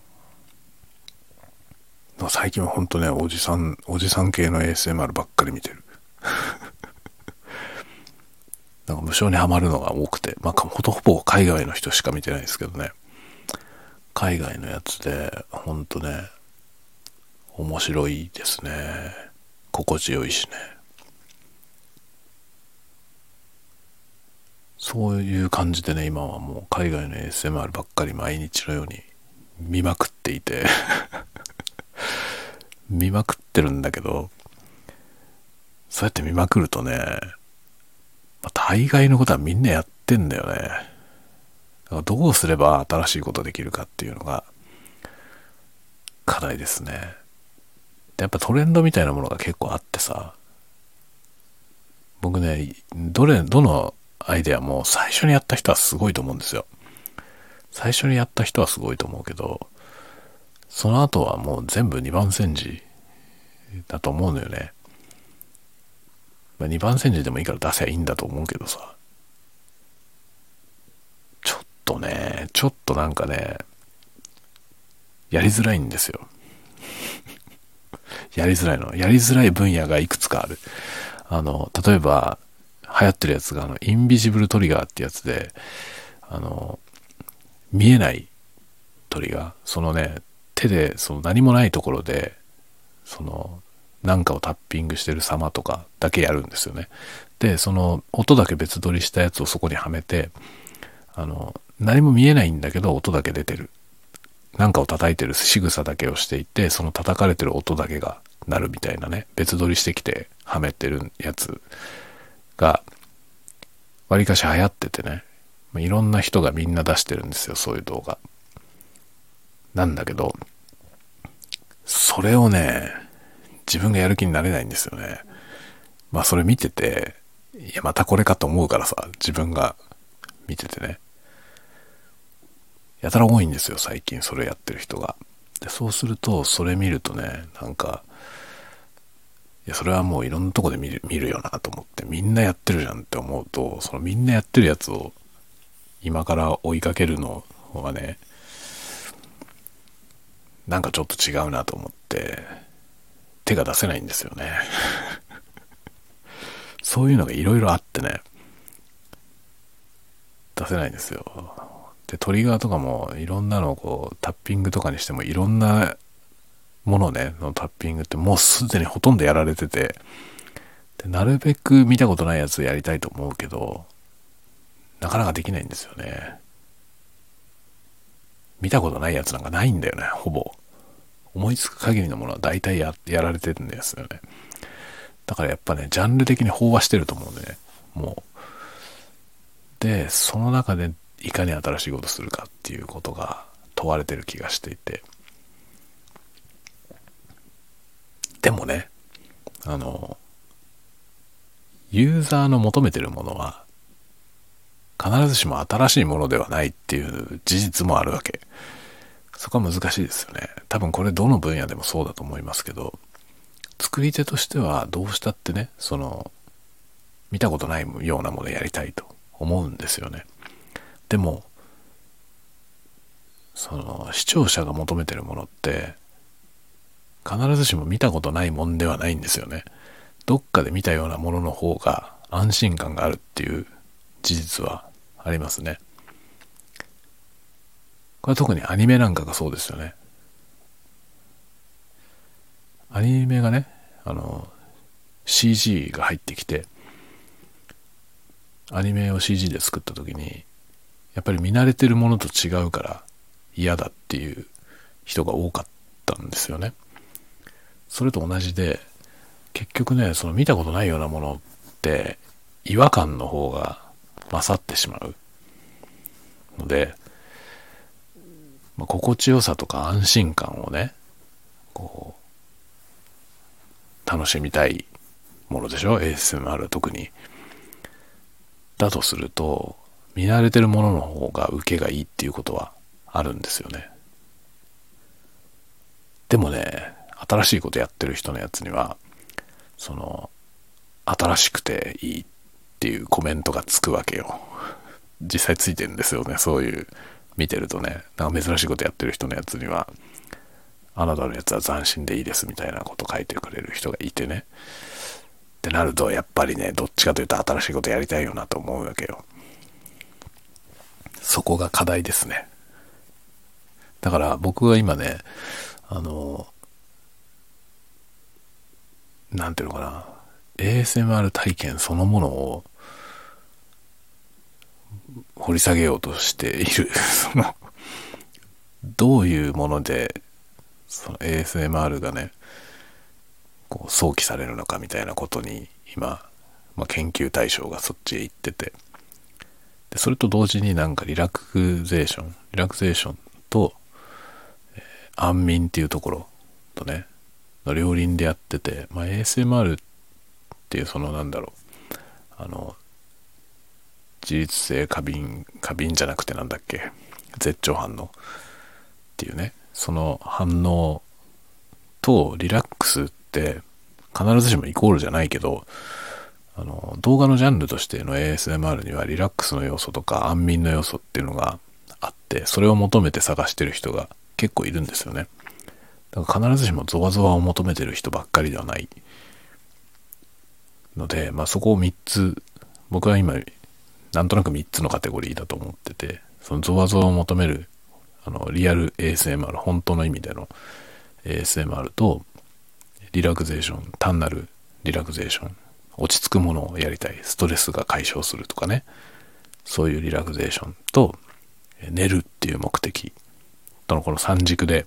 S1: 最近はほんとね、おじさんおじさん系の エーエスエムアール ばっかり見てるなんか無性にハマるのが多くて、まあほとほぼ海外の人しか見てないですけどね、海外のやつでほんとね面白いですね。心地よいしね。そういう感じでね、今はもう海外の エーエスエムアール ばっかり毎日のように見まくっていて見まくってるんだけど、そうやって見まくるとね、まあ、大概のことはみんなやってんだよね。だからどうすれば新しいことできるかっていうのが課題ですね。でやっぱトレンドみたいなものが結構あってさ、僕ね、どれどのアイデアも最初にやった人はすごいと思うんですよ。最初にやった人はすごいと思うけど、その後はもう全部にばん煎じだと思うのよね。まあ、にばん煎じでもいいから出せばいいんだと思うけどさ、ちょっとね、ちょっとなんかね、やりづらいんですよ。やりづらいの。やりづらい分野がいくつかある。あの、例えば、流行ってるやつが、あの、インビジブルトリガーってやつで、あの、見えないトリガー。そのね、手で、その何もないところで、その、なんかをタッピングしてる様とかだけやるんですよね。で、その、音だけ別撮りしたやつをそこにはめて、あの、何も見えないんだけど、音だけ出てる。なんかを叩いてる仕草だけをしていて、その叩かれてる音だけが鳴るみたいなね、別撮りしてきてはめてるやつがわりかし流行っててね、いろんな人がみんな出してるんですよ、そういう動画なんだけど、それをね自分がやる気になれないんですよね。まあそれ見てて、いやまたこれかと思うからさ、自分が見ててね、やたら多いんですよ最近それやってる人が。でそうすると、それ見るとね、なんかいやそれはもういろんなとこで見る、見るよなと思って、みんなやってるじゃんって思うと、そのみんなやってるやつを今から追いかけるのはね、なんかちょっと違うなと思って手が出せないんですよねそういうのがいろいろあってね、出せないんですよ。でトリガーとかもいろんなのをこうタッピングとかにしても、いろんなものねのタッピングってもうすでにほとんどやられてて、ででなるべく見たことないやつやりたいと思うけど、なかなかできないんですよね。見たことないやつなんかないんだよね、ほぼ。思いつく限りのものは大体 や, やられてるんですよね。だからやっぱね、ジャンル的に飽和してると思うんでね、もう。で、その中でいかに新しいことするかっていうことが問われてる気がしていて。でもね、あの、ユーザーの求めてるものは必ずしも新しいものではないっていう事実もあるわけ。そこは難しいですよね。多分これどの分野でもそうだと思いますけど、作り手としてはどうしたってね、その見たことないようなものをやりたいと思うんですよね。でもその視聴者が求めてるものって必ずしも見たことないもんではないんですよね。どっかで見たようなものの方が安心感があるっていう事実はありますね。これは特にアニメなんかがそうですよね。アニメがね、あの シージー が入ってきて、アニメを シージー で作った時にやっぱり見慣れてるものと違うから嫌だっていう人が多かったんですよね。それと同じで、結局ね、その見たことないようなものって違和感の方が勝ってしまうので、まあ、心地よさとか安心感をね、こう楽しみたいものでしょ、 エーエスエムアール は特に。だとすると見慣れてるものの方が受けがいいっていうことはあるんですよね。でもね、新しいことやってる人のやつにはその新しくていいっていうコメントがつくわけよ。実際ついてるんですよね。そういう見てるとね、なんか珍しいことやってる人のやつには、あなたのやつは斬新でいいですみたいなこと書いてくれる人がいてね。ってなるとやっぱりね、どっちかというと新しいことやりたいよなと思うわけよ。そこが課題ですね。だから僕は今ね、あのなんていうのかな、エーエスエムアール 体験そのものを掘り下げようとしている。そのどういうものでその エーエスエムアール がね、こう想起されるのかみたいなことに今、まあ、研究対象がそっちへ行ってて、でそれと同時になんかリラクゼーションリラクゼーションと、えー、安眠っていうところとねの両輪でやってて、まあ、エーエスエムアール っていうそのなんだろう、あの自律性過敏過敏じゃなくてなんだっけ、絶頂反応っていうね、その反応とリラックスって必ずしもイコールじゃないけど、あの動画のジャンルとしての エーエスエムアール にはリラックスの要素とか安眠の要素っていうのがあって、それを求めて探してる人が結構いるんですよね。だから必ずしもゾワゾワを求めてる人ばっかりではないので、まあ、そこをみっつ、僕は今なんとなくみっつのカテゴリーだと思ってて、そのゾワゾワを求めるあのリアル エーエスエムアール、本当の意味での エーエスエムアール とリラクゼーション、単なるリラクゼーション、落ち着くものをやりたい、ストレスが解消するとかね、そういうリラクゼーションと寝るっていう目的とのこの三軸で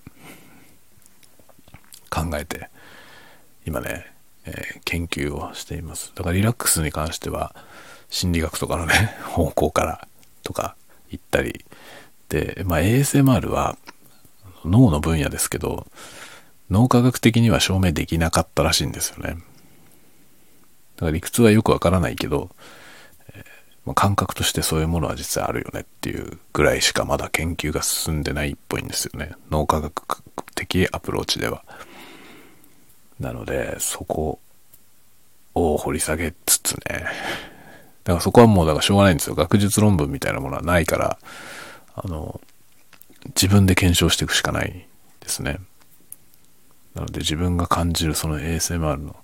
S1: 考えて今ね、えー、研究をしています。だからリラックスに関しては心理学とかのね方向からとか行ったりで、まあ、エーエスエムアール は脳の分野ですけど、脳科学的には証明できなかったらしいんですよね。だから理屈はよくわからないけど、えーまあ、感覚としてそういうものは実際あるよねっていうぐらいしかまだ研究が進んでないっぽいんですよね、脳科学的アプローチでは。なのでそこを掘り下げつつね、だからそこはもうだからしょうがないんですよ。学術論文みたいなものはないから、あの自分で検証していくしかないですね。なので自分が感じるその エーエスエムアール の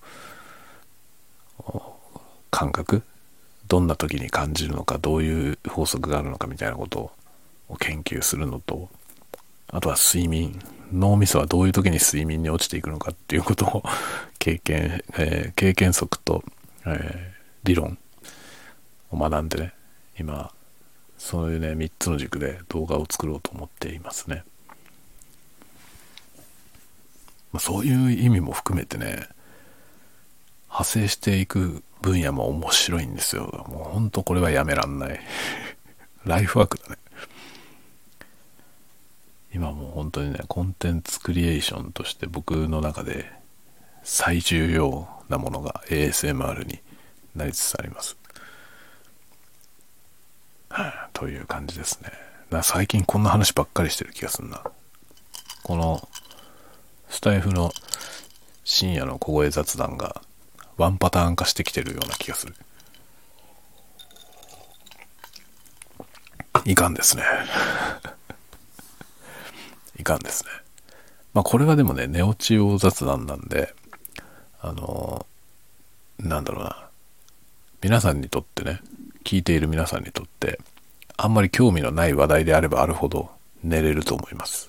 S1: 感覚、どんな時に感じるのか、どういう法則があるのかみたいなことを研究するのと、あとは睡眠、脳みそはどういう時に睡眠に落ちていくのかっていうことを経験、えー、経験則とえー理論を学んでね、今そういうねみっつの軸で動画を作ろうと思っていますね。まあ、そういう意味も含めてね、派生していく分野も面白いんですよ。もうほんとこれはやめらんないライフワークだね。今もう本当にね、コンテンツクリエーションとして僕の中で最重要なものが エーエスエムアール になりつつあります、はあ、という感じですね。だから最近こんな話ばっかりしてる気がするな。このスタイフの深夜の小声雑談がワンパターン化してきてるような気がする。いかんですねいかんですね。まあこれはでもね、寝落ち用雑談なんで、あのなんだろうな、皆さんにとってね、聞いている皆さんにとってあんまり興味のない話題であればあるほど寝れると思います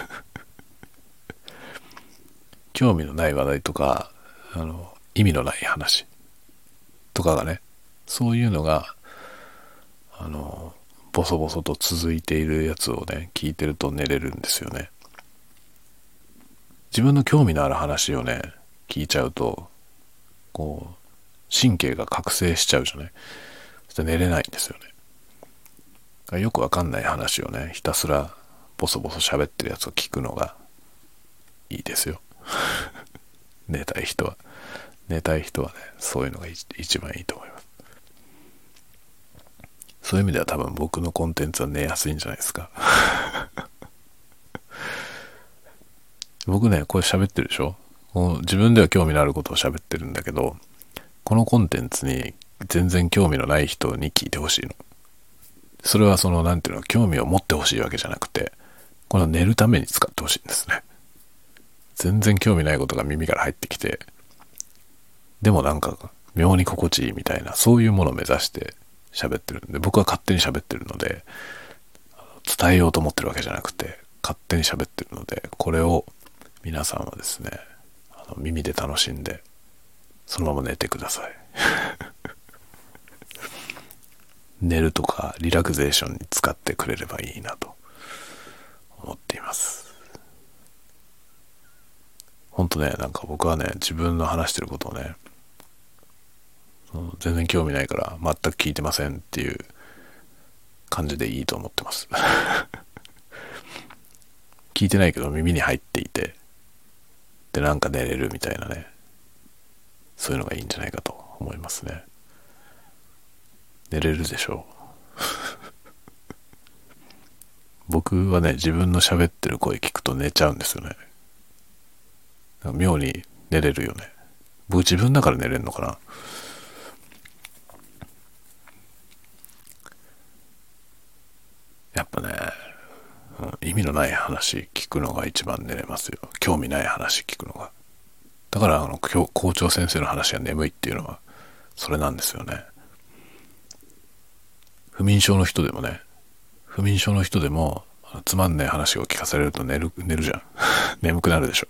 S1: 興味のない話題とか、あの意味のない話とかがね、そういうのがあのボソボソと続いているやつをね聞いてると寝れるんですよね。自分の興味のある話をね聞いちゃうと、こう神経が覚醒しちゃうじゃない。そして寝れないんですよね。よくわかんない話をねひたすらボソボソ喋ってるやつを聞くのがいいですよ寝たい人は寝たい人はね、そういうのが一番いいと思います。そういう意味では多分僕のコンテンツは寝やすいんじゃないですか僕ねこれ喋ってるでしょ。もう自分では興味のあることを喋ってるんだけど、このコンテンツに全然興味のない人に聞いてほしいの。それはそのなんていうの、興味を持ってほしいわけじゃなくて、この寝るために使ってほしいんですね。全然興味ないことが耳から入ってきて、でもなんか妙に心地いいみたいな、そういうものを目指して喋ってるんで、僕は勝手に喋ってるので、伝えようと思ってるわけじゃなくて勝手に喋ってるので、これを皆さんはですね、あの耳で楽しんでそのまま寝てください寝るとかリラクゼーションに使ってくれればいいなと思っています。ほんとね、なんか僕はね、自分の話してることをね、全然興味ないから全く聞いてませんっていう感じでいいと思ってます聞いてないけど耳に入っていて、でなんか寝れるみたいなね、そういうのがいいんじゃないかと思いますね。寝れるでしょう僕はね、自分の喋ってる声聞くと寝ちゃうんですよね。妙に寝れるよね。僕自分だから寝れるのかな。やっぱね、うん、意味のない話聞くのが一番寝れますよ。興味ない話聞くのが。だからあの校長先生の話が眠いっていうのはそれなんですよね。不眠症の人でもね、不眠症の人でもつまんない話を聞かされると寝る寝るじゃん眠くなるでしょ。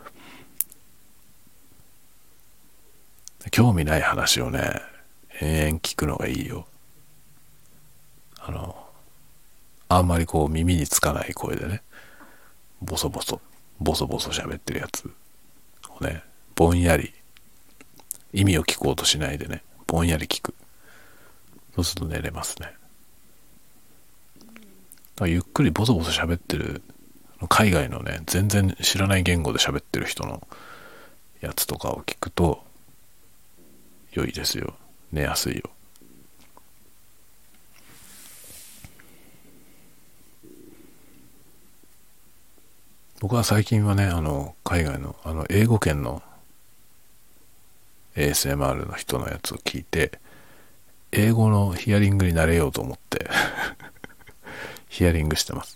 S1: 興味ない話をね延々聞くのがいいよ。あのあんまりこう耳につかない声でね、ボソボソボソボソ喋ってるやつをね、ぼんやり意味を聞こうとしないでね、ぼんやり聞く。そうすると寝れますね。ゆっくりボソボソ喋ってる海外のね、全然知らない言語で喋ってる人のやつとかを聞くと良いですよ。寝やすいよ。僕は最近はね、あの海外のあの英語圏の エーエスエムアール の人のやつを聞いて、英語のヒアリングになれようと思ってヒアリングしてます。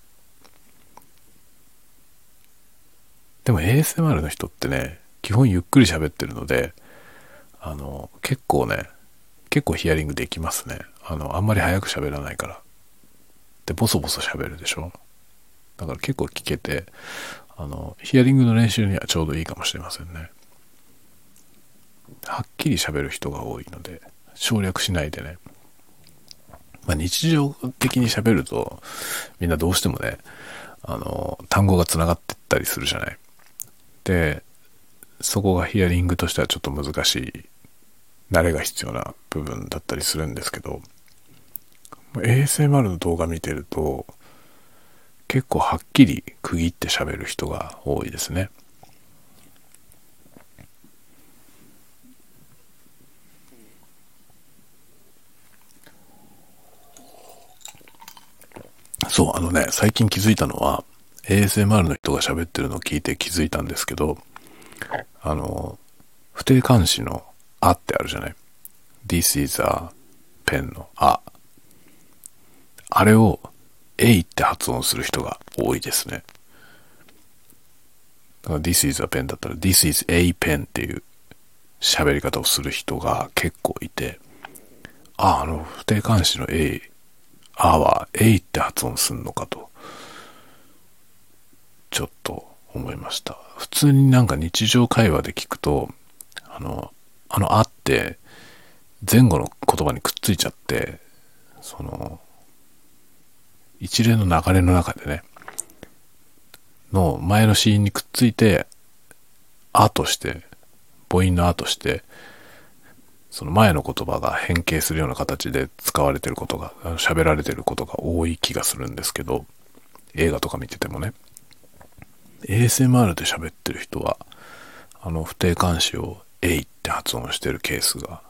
S1: でも エーエスエムアール の人ってね、基本ゆっくり喋ってるので、あの結構ね結構ヒアリングできますね。あのあんまり早く喋らないから。でボソボソ喋るでしょ。だから結構聞けて、あのヒアリングの練習にはちょうどいいかもしれませんね。 はっきり喋る人が多いので、省略しないでね、まあ、日常的に喋るとみんなどうしてもね、あの単語がつながってったりするじゃない。でそこがヒアリングとしてはちょっと難しい、慣れが必要な部分だったりするんですけど、 エーエスエムアール の動画見てると結構はっきり区切って喋る人が多いですね。そう、あのね、最近気づいたのは エーエスエムアール の人が喋ってるのを聞いて気づいたんですけど、あの不定冠詞のあってあるじゃない。 This is a pen のあ、あれをえいって発音する人が多いですね。だから This is a pen だったら This is a pen っていう喋り方をする人が結構いて、あ、あの不定冠詞の A、あは A って発音すんのかとちょっと思いました。普通になんか日常会話で聞くと、あのあのあって前後の言葉にくっついちゃって、その一連の流れの中でねの前の子音にくっついてあとして母音のあとしてその前の言葉が変形するような形で使われてることが、喋られてることが多い気がするんですけど、映画とか見ててもね、 エーエスエムアール で喋ってる人はあの不定冠詞をえいって発音してるケースが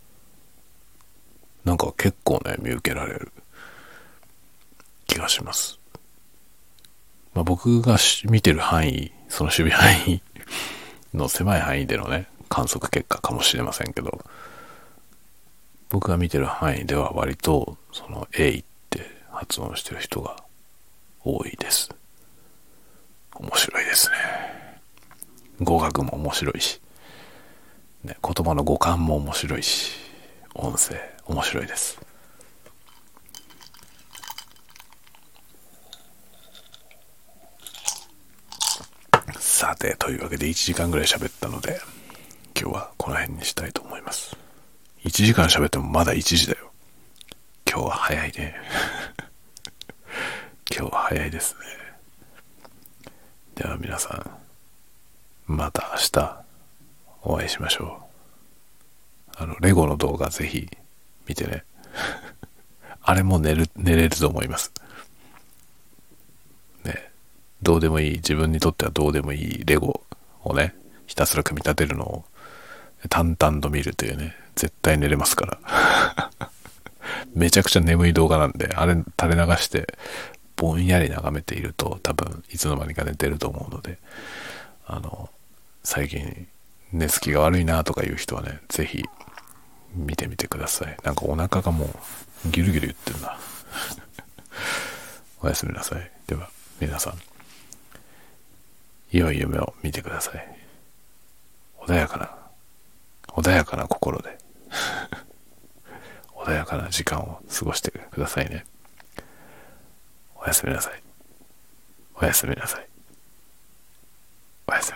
S1: なんか結構ね見受けられる気がします。まあ、僕が見てる範囲、その守備範囲の狭い範囲でのね観測結果かもしれませんけど、僕が見てる範囲では割とその「えい」って発音してる人が多いです。面白いですね。語学も面白いし、ね、言葉の語感も面白いし、音声面白いです。さて、というわけでいちじかんぐらい喋ったので今日はこの辺にしたいと思います。いちじかん喋ってもまだいちじだよ。今日は早いね今日は早いですね。では皆さん、また明日お会いしましょう。あのレゴの動画ぜひ見てねあれも寝る寝れると思いますね。どうでもいい、自分にとってはどうでもいいレゴをねひたすら組み立てるのを淡々と見るというね、絶対寝れますからめちゃくちゃ眠い動画なんで、あれ垂れ流してぼんやり眺めていると多分いつの間にか寝てると思うので、あの最近寝つきが悪いなとかいう人はねぜひ見てみてください。なんかお腹がもうギュルギュル言ってるなおやすみなさい。では皆さん、良い夢を見てください。穏やかな穏やかな心で穏やかな時間を過ごしてくださいね。おやすみなさい。おやすみなさい。おやすみなさい。